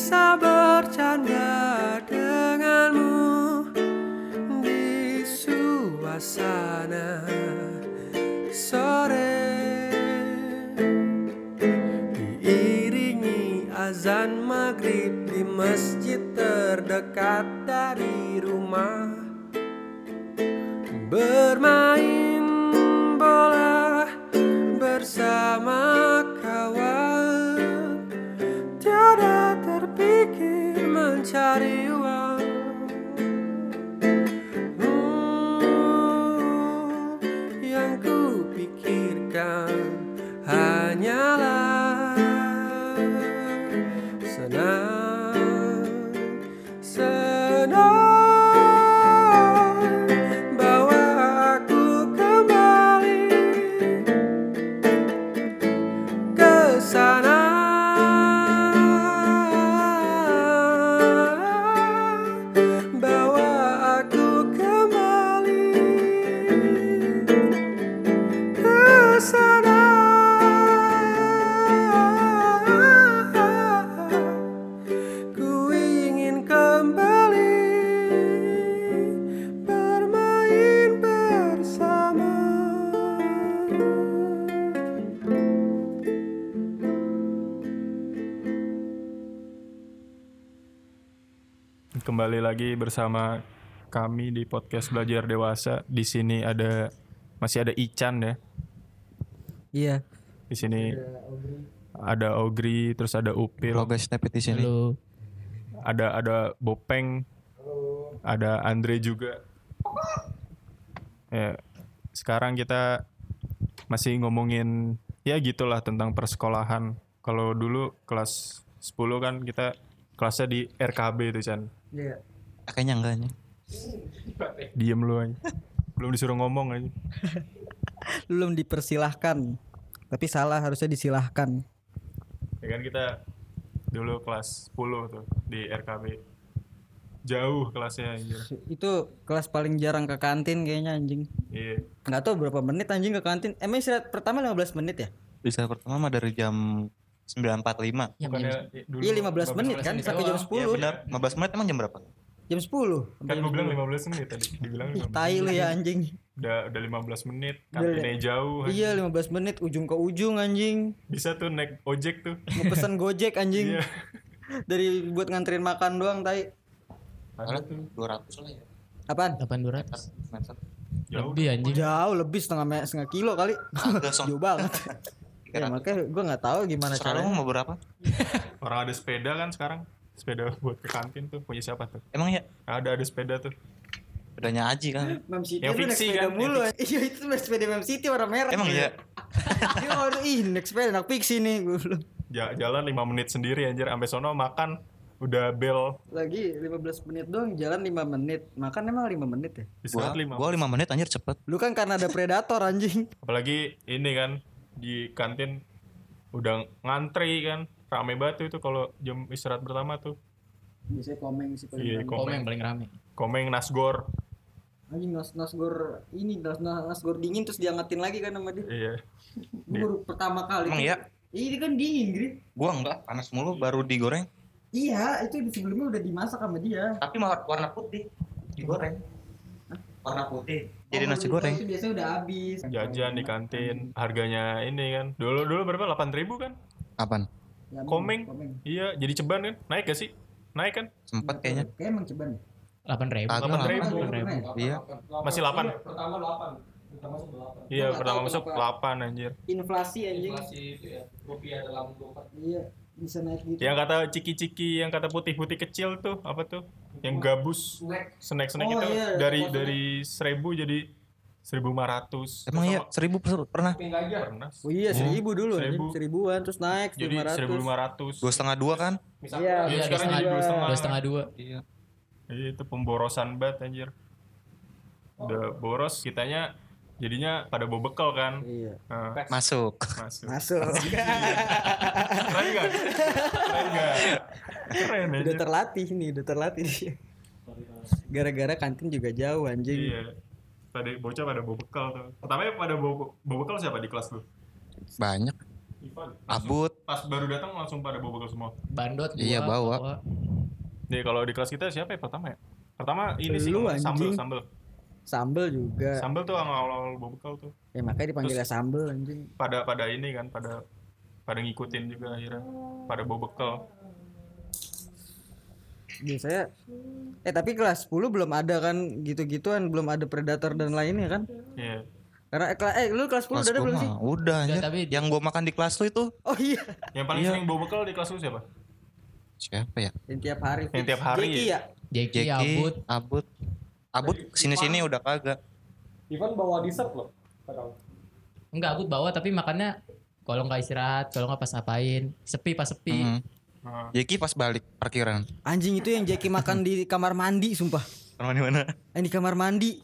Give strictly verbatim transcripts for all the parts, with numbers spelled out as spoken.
bisa bercanda denganmu di suasana sore, diiringi azan maghrib di masjid terdekat dari rumah, bermain bola bersama kawan, tiada terpikir mencari uang. Hmm, yang ku pikirkan hanyalah senang, senang bawa aku kembali ke sana. Bawa aku kembali ke sana. Ku ingin kembali bermain bersama. Kembali lagi bersama kami di podcast Belajar Dewasa. Di sini ada masih ada Ican ya. Iya. Di sini ada Ogri, terus ada Upil, Halo guys, Nepit di sini. Halo. ada ada Bopeng, ada Andre juga. Ya, sekarang kita masih ngomongin ya gitulah tentang persekolahan. Kalau dulu kelas sepuluh kan kita kelasnya di R K B itu, Chan. Iya. Kayaknya enggak nih. Diem lu aja. Belum disuruh ngomong aja. Belum dipersilahkan. Tapi salah, harusnya disilahkan. Ya kan kita dulu kelas sepuluh tuh di R K B. Jauh kelasnya anjir. Itu kelas paling jarang ke kantin kayaknya anjing. Iya. Nggak tahu berapa menit anjing ke kantin. Emang istirahat pertama lima belas menit ya? Bisa pertama mah dari jam sembilan empat puluh lima. Bukannya dulu Iya lima belas menit kan sampai jam Iya sepuluh. benar. lima belas menit emang jam berapa? Jam sepuluh. Kan gue bilang lima belas menit tadi. Dibilang Ih, lima belas. tai lu ya anjing. Udah udah lima belas menit. Udah, Kantinnya jauh. anjing. Iya lima belas menit ujung ke ujung anjing. Bisa tuh naik ojek tuh. Mau pesen Gojek anjing. Iya. Dari buat nganterin makan doang tai. Ada tuh. dua ratus lah ya. Apaan? delapan dua ratus Meter. Jauh. lebih anjing. Jauh lebih setengah me- setengah kilo kali. Agak song. Jauh banget. Ya makanya gue nggak tahu gimana Serah lu caranya. mau berapa? Orang ada sepeda kan sekarang. Sepeda buat ke kantin tuh punya siapa tuh? Emang ya? Ada ada sepeda tuh. Bedanya Aji kan. Mem City Yang lu naik fiksi sepeda kan, mulu. yang Iya itu sepeda Mem City warna merah. Emang iya? Dia ngomong, ih naik sepeda anak fiksi nih gue bilang. Ja- jalan lima menit sendiri anjir sampai sono makan udah bel Lagi lima belas menit doang, jalan lima menit. Makan emang lima menit ya? Gua istirahat lima. gua lima menit anjir cepet. Lu kan karena ada predator anjing. Apalagi ini kan di kantin udah ngantri kan rame banget tuh itu kalau jam istirahat pertama tuh. Biasanya komeng sih paling Iya, rame. komeng. Komeng paling rame. Komeng nasgor. Anjing nas nasgor ini nas nas- nasgor dingin terus diangetin lagi kan sama dia. Iya. Gue baru pertama kali. Emang tuh. iya? Ini kan dingin, Gri. Gua enggak, panas mulu baru digoreng. Iya, itu sebelumnya udah dimasak sama dia. Tapi malah warna putih digoreng. Warna putih. Jadi Oh, nasi lupa, goreng. Itu biasanya udah habis. Jajan di kantin harganya ini kan. Dulu dulu berapa? delapan ribu kan? Apaan? Ya, Komeng. komeng. Iya, jadi ceban kan? Naik gak sih? Naik kan? Sempet kayaknya. Kayak emang ceban. delapan ribu. Kagak delapan ribu. Delapan ribu. Iya. Masih delapan. Pertama delapan. Pertama masuk delapan. Iya, nggak pertama tahu masuk kenapa. delapan anjir. Inflasi anjing. Inflasi itu ya. Rupiah dalam dua puluh empat. Iya, bisa naik gitu. Yang kata ciki-ciki, yang kata putih-putih kecil tuh, apa tuh? Yang gabus, Snack. snack-snack Oh, itu iya, dari maksudnya. dari seribu jadi seribu lima ratus. Emang iya seribu per- pernah? Tapi enggak aja. Pernah. Oh iya, seribu dulu anjing. Seribu. Seribuan terus naik Jadi lima seribu ratus. lima ratus. Dua setengah dua kan? Misalkan Iya, Iya, Iya, sekarang dua jadi dua setengah. Dua setengah dua. Iya. Iya, itu pemborosan banget anjir. Udah boros, kitanya jadinya pada bawa bekal kan. Iya. Nah, Masuk. masuk. Masuk. Keren gak? Keren gak? Keren Udah anjir. terlatih nih, udah terlatih dia. Gara-gara kantin juga jauh anjing. Iya. Pada bocah pada bawa bekal tuh. Pertamanya pada bawa, bawa bekal siapa di kelas lu? Banyak. Ivan. Abut. Pas baru datang langsung pada bawa bekal semua. Bandot gua, Iya, bawa. Nih kalau di kelas kita siapa ya pertama ya? Pertama ini sih Lu, ngomong sambel, anjing. sambel. Sambel juga. Sambel tuh awal-awal bawa bekal tuh. Ya makanya dipanggilnya Terus- sambel anjing. Pada pada ini kan, pada pada ngikutin juga akhirnya. Pada bawa bekal. Biasanya eh tapi kelas sepuluh belum ada kan gitu-gituan, belum ada predator dan lainnya kan? Iya. Karena eh, kela- eh lu kelas sepuluh Kelas udah ada gua belum sih? mah udah anjir. tapi- Yang gua makan di kelas lu itu Oh iya. Yang paling Iya. sering bawa bekal di kelas lu siapa? siapa ya? Yang tiap hari. Yang fix. tiap hari. Jeki ya? Jeki, Jeki, Abut. Abut. Abut sini-sini udah kagak. Ivan bawa dessert loh kadang. Enggak, Abut bawa tapi makannya kalau nggak istirahat, kalau nggak pas apain, sepi pas sepi. Hmm. Nah, Jeki pas balik parkiran. Anjing itu yang Jeki makan di kamar mandi sumpah. Mana mana? Yang di kamar mandi.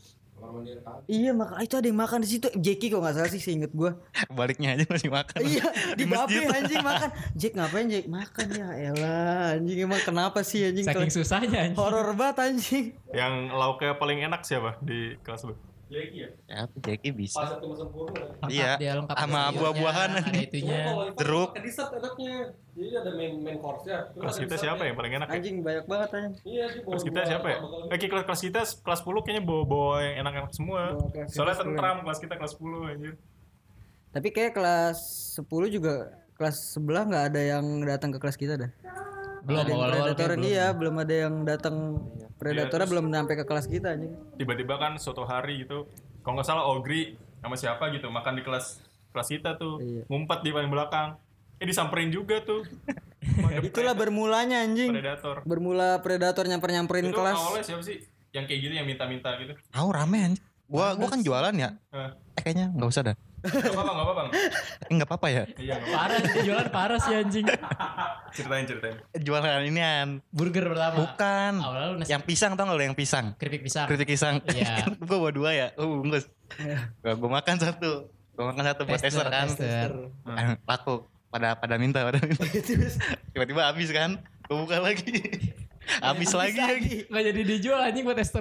Iya maka itu ada yang makan di situ. Jeki kok nggak salah sih seinget gua. Baliknya aja masih makan. Iya di babe masjid. anjing makan. Jack ngapain Jack makan ya elah anjing emang kenapa sih anjing Saking Kelas- susahnya anjing. horor banget anjing. yang lauknya paling enak siapa di kelas lu? Jeki ya. Ya, Jeki Pas bisa. satu musim kurung ada. Lengkap Iya, dia, lengkap sama sayurnya, buah-buahan. ada itunya. Cuma kalau Ivan Jeruk. pakai dessert enaknya. Jadi ada main main course-nya. Terus Kelas ada kita dessertnya. siapa yang paling enak ya? Anjing banyak banget anjing. Iya, dia bawa Kelas kita dua siapa ya? bekal. Eh kelas kelas kita kelas sepuluh kayaknya bawa-bawa yang enak-enak semua. Bawa kelas kita Soalnya sepuluh. tentram kelas kita kelas sepuluh anjir. Tapi kayak kelas sepuluh juga kelas sebelah nggak ada yang datang ke kelas kita dah. Belum Ada yang awal-awal predator kayak dia belum ada yang datang predatornya terus- belum sampai ke kelas kita anjing. Tiba-tiba kan suatu hari gitu, kalau nggak salah Ogri sama siapa gitu makan di kelas kelas kita tuh, Iya. ngumpet di paling belakang. Eh disamperin juga tuh. Itulah bermulanya anjing. Predator. Bermula predator nyamper-nyamperin Itu kelas. awalnya siapa sih? Yang kayak gitu yang minta-minta gitu. Tahu rame anjir. Gua gua kan jualan ya. Eh, Eh kayaknya enggak usah dah. Gak apa-apa, gak apa-apa. Eh enggak apa-apa ya. Iya, gak apa-apa. Parah sih, jualan parah sih anjing. Ceritain, ceritain. Jualan inian. Burger pertama. Bukan. Awalnya lu nasi Yang pisang tau gak lo yang pisang? keripik pisang. Kritik pisang. Iya. Gua bawa dua ya. Oh bungkus. Gua, gua makan satu. Gua makan satu buat Tester, tester kan. tester. Eh, Laku. Pada pada minta pada minta. Tiba-tiba habis kan. Gua buka lagi. Habis lagi lagi. Nggak jadi dijual anjing buat tester.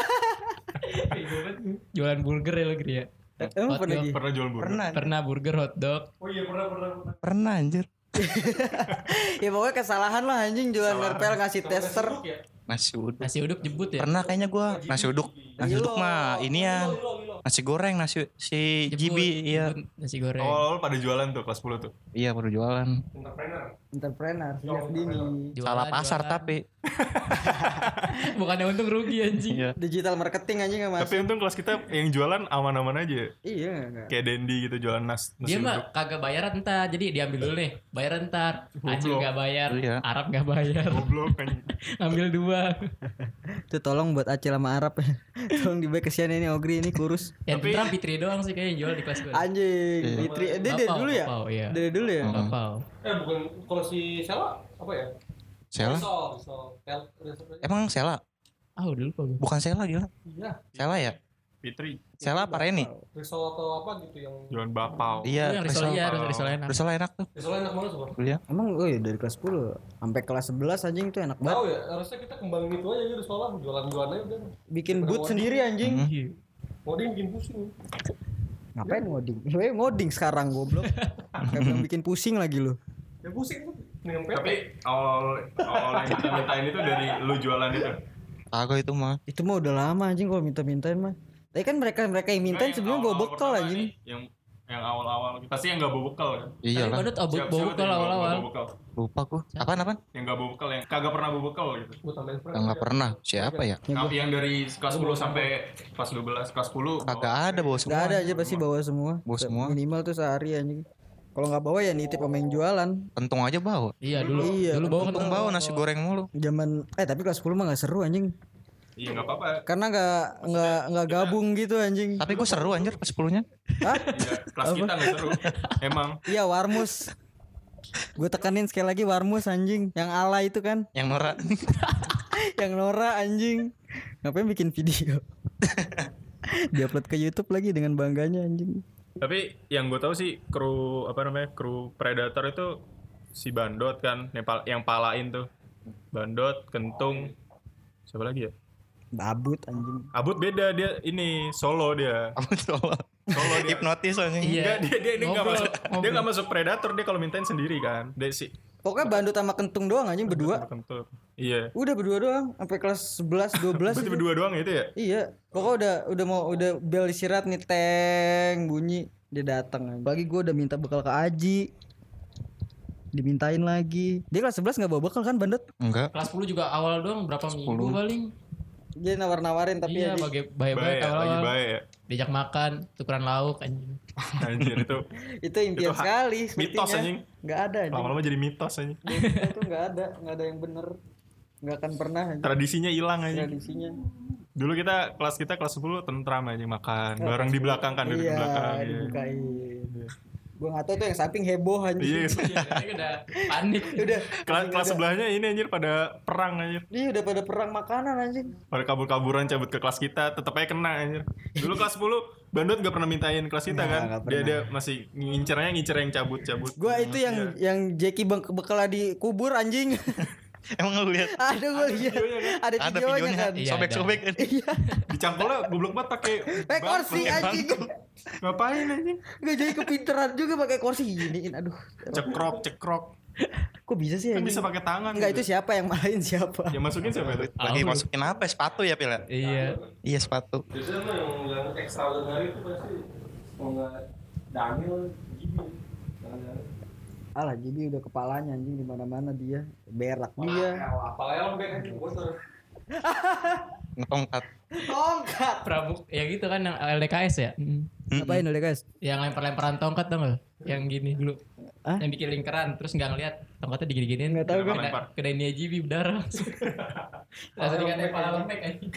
Jualan burger ya lo gitu ya. Emang Hot pernah dog. gitu? Pernah jual burger? Pernah. Pernah burger hotdog. Oh iya pernah pernah. pernah. Pernah anjir. Ya pokoknya kesalahan lah anjing jualan Kesalahan. nerpel ngasih tester. Ya. Nasi uduk. Nasi uduk jebut ya. Pernah kayaknya gua nasi uduk. Nasi uduk mah ini ya. Nasi goreng nasi si Jebut, Jibi iya. jebut nasi goreng. Awal-awal pada jualan tuh kelas sepuluh tuh. Iya baru jualan. Entrepreneur. Entrepreneur sejak dini. Jualan, Salah pasar jualan. tapi. Bukannya untung rugi anjing. Iya. Digital marketing anjing nggak Tapi masuk. untung kelas kita yang jualan aman-aman aja. Iya enggak. Kayak Dendi gitu jualan nas, nasi Dia uduk. mah kagak bayar ntar. Jadi diambil dulu nih. Bayar ntar. Acil Goblok. gak bayar. Iya. Arab gak bayar. Goblok kan. Ambil dua. Itu tolong buat Acil sama Arab ya. Tolong dibaik kesian ini Ogri ini kurus. Yang Tapi- tentram Fitri doang sih kayaknya yang jual di kelas gue. Anjing, Fitri. Eh, dia dari Bapau, dulu ya? Bapau, iya. Dari dulu ya? Hmm. Bapau. Eh bukan kalau si Sela apa ya? Sela? Risol, Risol. Tel, Risol. Emang Sela? Ah udah lupa gue. Bukan Sela gila. Iya, Sela ya? Fitri Sela apa Reni? Risol atau apa gitu yang jualan bapau. Iya, Yang risol iya, Risol. risol enak. Risol enak tuh. Risol enak banget sobat. Iya. Emang oh iya dari kelas sepuluh sampai kelas sebelas anjing tuh enak Tahu banget. ya, harusnya kita kembangin itu aja di sekolah, jualan-jualan aja udah. Bikin booth sendiri anjing. Hmm. Iya. Ngoding bikin pusing. Ngapain ngoding? Lu ngoding sekarang goblok. Kayak belum bikin pusing lagi lu. Ya pusing tuh. Dengan P P. Tapi awal awal yang kita mintain itu dari lu jualan itu. Kagak itu mah. Itu mah udah lama anjing kalau minta-mintain mah. Tapi kan mereka mereka yang mintain Nah, yang sebelumnya bawa awal-awal bekal pertama anjing. nih, Yang yang awal-awal pasti yang gak bawa bekal kan. Iya Tapi lah. badut oh, Siapa- bau siapa tuh bekal yang nggak- awal-awal. nggak bawa bekal? Lupa gua. Apaan apaan? Yang gak bawa bekal, yang kagak pernah bawa bekal gitu. Gua tambahin friend. Enggak pernah. Siapa ya? Nah, yang dari kelas sepuluh sampai kelas dua belas, kelas sepuluh Kagak ada bawa semua. Gak ada aja pasti bawa semua. Bawa semua. Minimal tuh sehari anjing. Kalau nggak bawa ya nitip sama yang jualan. Kentung aja bawa. Iya dulu. Iya, Dulu bawa Kentung kan bawa nasi goreng mulu. Zaman eh tapi kelas sepuluh mah nggak seru anjing. Iya nggak apa-apa. Karena nggak nggak nggak gabung gitu anjing. Tapi gua seru anjir pas sepuluhnya. Hah? Iya, kelas kita nggak seru. Emang. Iya Warmus. Gue tekanin sekali lagi Warmus anjing. Yang ala itu kan. Yang norak. Yang Nora anjing. Ngapain bikin video? Diupload ke YouTube lagi dengan bangganya anjing. Tapi yang gue tahu sih kru apa namanya kru Predator itu si Bandot kan yang, pal- yang palain tuh Bandot, Kentung, siapa lagi ya? Babut anjing. Abut beda dia ini solo dia. Apa tuh? Kalau dia Hipnotis anjing. Iya. enggak dia dia ini enggak Ngobrol, masuk. Dia ngobrol. enggak masuk predator, dia kalau mintain sendiri kan. Dia sih Pokoknya bandut sama kentung doang anjing berdua. kentut. Iya. Udah berdua doang sampai kelas sebelas dua belas. Berarti berdua doang itu ya? Iya, pokoknya udah udah mau udah bel istirahat nih teng bunyi dia datang. Pagi gue udah minta bekal ke Aji, dimintain lagi. Dia kelas sebelas nggak bawa bekal kan bandut? Enggak. Kelas sepuluh juga awal doang berapa minggu paling. Dia nawar-nawarin tapi Iya, Aji- bagi baik-baik Baik, awal. lagi baik ya. Diajak makan, tukeran lauk anjing. Anjir itu itu impian Itu ha- sekali. mitos, anjing. Nggak ada anjing. lama-lama jadi mitos aja. Itu nggak ada, nggak ada yang bener. Nggak akan pernah anjing. Tradisinya hilang aja. Tradisinya. Dulu kita kelas kita kelas sepuluh tentram aja makan. Bareng di belakang kan duduk di Iya, belakang. Iya. dibukain. Gue nggak tahu tuh yang samping heboh anjing. Iya. Iya, ini udah panik. Udah. Kelas, kelas sebelahnya ini anjir pada perang anjir. Iya udah pada perang makanan anjing. Pada kabur-kaburan cabut ke kelas kita, tetep aja kena anjir. Dulu kelas sepuluh bandut gak pernah mintain kelas kita Nggak, kan. nggak Dia pernah. dia masih ngincernya ngincer yang cabut-cabut. Gua itu yang yang Jackie bang bekal di kubur anjing. Emang lu lihat? Ada gue lihat. Ada Ada videonya videonya. kan. Iya, Sobek-sobek kan. Iya. Dicangkolnya goblok banget pakai Pakai bang- kursi pakai anjing. bangku. Ngapain anjing? Gak jadi kepinteran juga pakai kursi giniin. Aduh. Cekrok, cekrok. Kok bisa sih Kan anjing? bisa pakai tangan. Enggak itu gitu. siapa yang malahin siapa? Yang masukin siapa itu? Lagi Tahu. masukin apa? Sepatu ya, Pil? ya? Iya. Iya, sepatu. Biasanya mah yang yang extraordinary itu pasti mau nggak Daniel Gibi. Jangan-jangan. Alah jadi udah kepalanya anjing di mana-mana dia. Berak dia. Apalagi lo back anjing bocor. Ngetongkat. Tongkat. Pramuk ya gitu kan yang L D K S ya. Mm. Ngapain udah guys? Yang lempar-lemparan tongkat tau gak? Yang gini dulu. Hah? Yang bikin lingkaran terus nggak ngeliat tongkatnya digini-giniin. Nggak tahu gue. Lempar. Ke Dania G B berdarah. Langsung dikatain kepala lembek anjing.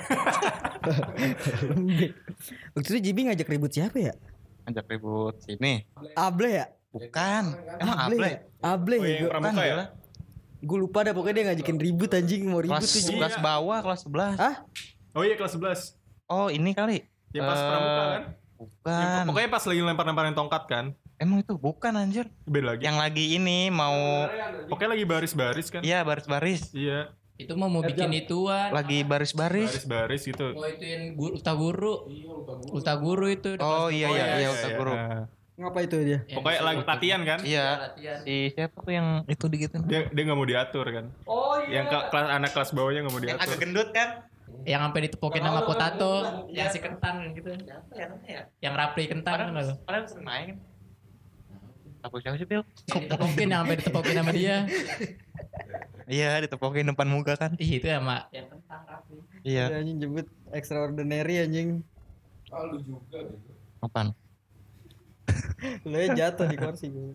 Waktu itu Jibi ngajak ribut siapa ya? Ngajak ribut sini. Able ya? Bukan. Emang Able Able? ya? Able Oh, ya? yang pramuka ya? Gue lupa dah pokoknya dia ngajakin ribut anjing mau ribut Kelas, tuh. kelas bawah, kelas sebelas. Hah? Oh iya kelas sebelas. Oh, ini kali. Ya pas Eh, pramuka kan? Yang, Bukan. pokoknya pas lagi lempar-lemparin tongkat kan? Emang itu bukan anjir. Beda lagi. Yang lagi ini mau Pokoknya lagi baris-baris kan? iya baris-baris. Iya. Itu mah mau bikin ituan. Lagi baris-baris. Baris-baris gitu. Mau ituin guru, ulta guru. Ulta guru itu. Oh iya iya iya udah guru. Nah, Ngapa itu dia? Yang pokoknya disuruh lagi latihan kan? Iya. latihan. Si siapa tuh yang itu digituin? Dia dia nggak mau diatur kan? Oh iya. Yang ke, kelas anak kelas bawahnya nggak mau Yang diatur. agak gendut kan? Yang sampai ditepokin sama potato, yang si kentang gitu. Siapa ya namanya ya? Yang Rapli kentang kan lo. Padahal sering main. Aku siapa sih, Pil? Yang ditepokin yang sampai ditepokin sama dia. Iya, ditepokin depan muka kan. Ih itu sama yang kentang Rapli. Iya. Dia anjing jemput extraordinary anjing. Ah, lu juga gitu. Apaan? Lu aja jatuh di kursi gue.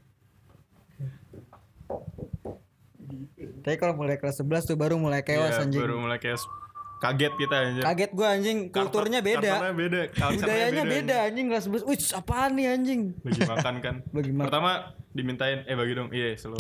Tapi kalau mulai kelas sebelas tuh baru mulai kewas Iya, anjing. baru mulai kayak kaget kita anjir. Kaget gua anjing, kulturnya Karpet- beda. karpetnya beda. culture-nya Budayanya beda anjir. anjing kelas sebelas. Wih, apaan nih anjing? Bagi makan kan. Bagi makan. Pertama dimintain eh bagi dong. Iya, slow.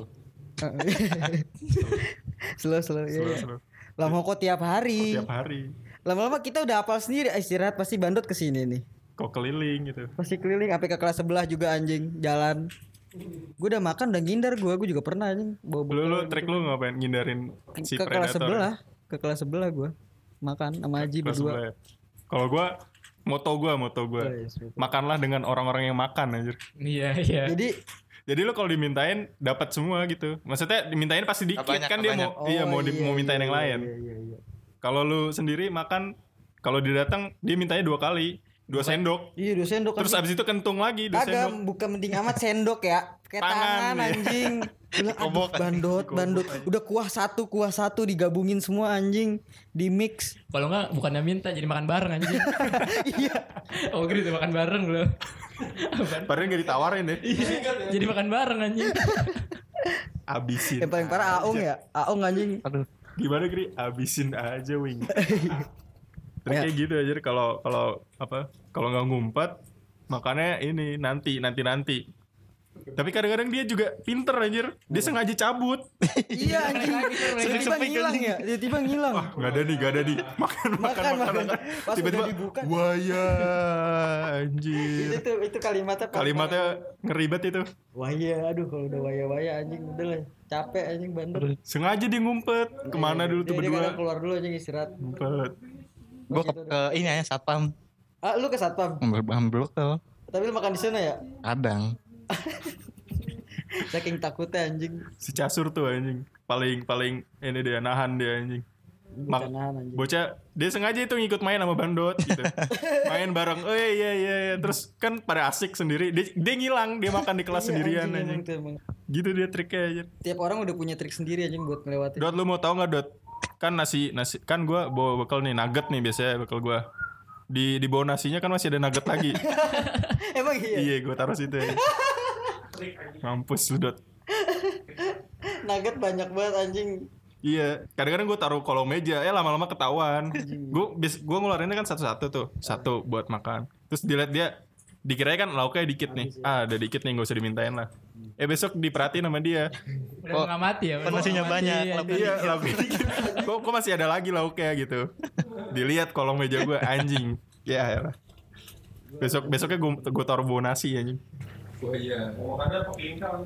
Slow slow ya. Slow, ya. slow. Lama kok tiap hari. Tiap hari. Lama-lama kita udah hafal sendiri istirahat pasti bandot kesini nih. Kok keliling gitu. Pasti keliling sampai ke kelas sebelah juga anjing jalan. Gue udah makan udah ngindar gue, gue juga pernah anjing. Bawa Lu lu trik lu ngapain ngindarin si ke predator? kelas sebelah, ke kelas sebelah gue makan sama Haji Kelas berdua. sebelah ya? Kalau gua moto gua, moto gua. Oh, iya, sweet. Makanlah dengan orang-orang yang makan anjir. Iya iya. Jadi Jadi lu kalau dimintain dapat semua gitu. Maksudnya dimintain pasti dikit Banyak, kan dia banyak. mau iya mau di- mau mintain yang lain. Iya, iya, iya. Kalau lu sendiri makan kalau dia datang dia mintanya dua kali, dua sendok. Iya, dua sendok. Terus abis itu kentung lagi dua Kagak, sendok. bukan mending amat sendok ya. Kayak Tangan, tangan, iya. anjing. Bilang, aduh, Kobok, bandot, Kobok, bandot. anjing. Udah kuah satu, kuah satu digabungin semua anjing, di mix. Kalau enggak bukannya minta jadi makan bareng anjing. Iya. Oh gitu makan bareng lo. Padahal gak ditawarin deh. Jadi makan bareng anjing. Abisin. Yang paling parah Aung ya, Aung anjing. Aduh. Gimana Gri? Abisin aja wing. Ya. Triknya gitu aja kalau kalau apa? Kalau nggak ngumpet makannya ini nanti nanti nanti. Tapi kadang-kadang dia juga pinter anjir. Dia sengaja cabut. Iya anjing. Tiba-tiba ngilang ya, tiba-tiba ngilang. Wah, nggak ada nih, nggak ada nih. Makan, makan, Makan, makan. makan. makan. Pas Tiba-tiba udah dibuka. waya Itu anjir. tuh itu kalimatnya paling Kalimatnya ngeribet itu. parah. Waya, aduh kalau udah waya-waya anjing udah lah. Capek anjing bandot. Sengaja dia ngumpet. Kemana dulu tuh Dia- dia kadang berdua? keluar dulu anjing istirahat. Ngumpet. Gua ke, ke ini aja satpam. Ah, lu ke satpam. Ambil ambil tuh. Tapi lu makan di sana ya? Kadang. Saking takutnya anjing. Si Casur tuh anjing. Paling paling ini dia nahan dia anjing. Mak- Bukan nahan, anjing. bocah dia sengaja itu ngikut main sama bandot gitu. Main bareng. Oh iya iya iya. Terus kan pada asik sendiri. Dia, dia ngilang, dia makan di kelas Iya, sendirian anjing, anjing. emang tuh emang. Gitu dia triknya aja. Tiap orang udah punya trik sendiri anjing buat ngelewatin. Dot lu mau tahu nggak Dot? Kan nasi nasi kan gua bawa bekal nih nugget nih biasanya bekal gua. Di di bawah nasinya kan masih ada nugget lagi. Emang iya. Iya, gua taruh situ ya. Mampus lu Dot. Nugget banyak banget anjing. Iya, kadang-kadang gue taruh kolong meja, ya lama-lama ketahuan. Gue bis gue ngeluarinnya kan satu-satu tuh, satu buat makan. Terus dilihat dia, dikiranya kan lauknya dikit nih. Ah, ada dikit nih, gak usah dimintain lah. Eh besok diperhatiin sama dia. Udah mengamati ya. Kan udah nasinya mengamati, banyak, ya. lauknya Iya, lauknya dikit. Kok kok masih ada lagi lauknya gitu. Dilihat kolong meja gue, anjing. Ya elah. Besok besoknya gue gue taruh bawah nasi anjing. Oh iya, mau makan pakai ingkang.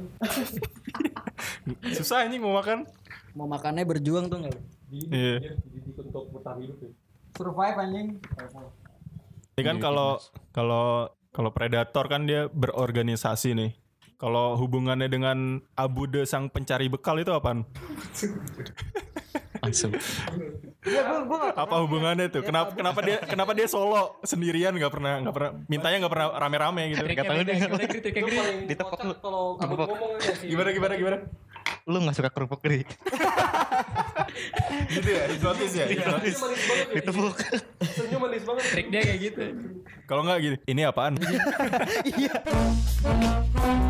Susah anjing mau makan. Mau makannya berjuang tuh enggak? Iya. Dididik untuk bertahan hidup ya. Survive anjing. Ini kan kalau kalau kalau predator kan dia berorganisasi nih. Kalau hubungannya dengan Abude sang pencari bekal itu apaan? Langsung. Iya gua gua Apa hubungannya tuh? Kenapa kenapa dia kenapa dia solo sendirian nggak pernah nggak pernah mintanya nggak pernah rame-rame gitu? Triknya Gak tahu beda, nih. gimana Gri? Triknya Gri? Ditepok lu. Kalau abang Ditepok. ngomong ya sih. Gimana gimana gimana? Lu gak suka kerupuk Gri? Gitu ya, hipnotis ya. hipnotis. Senyum manis banget ya. Ditepuk. Senyum manis banget. Trik dia kayak gitu. Kalau nggak gini, ini apaan? iya.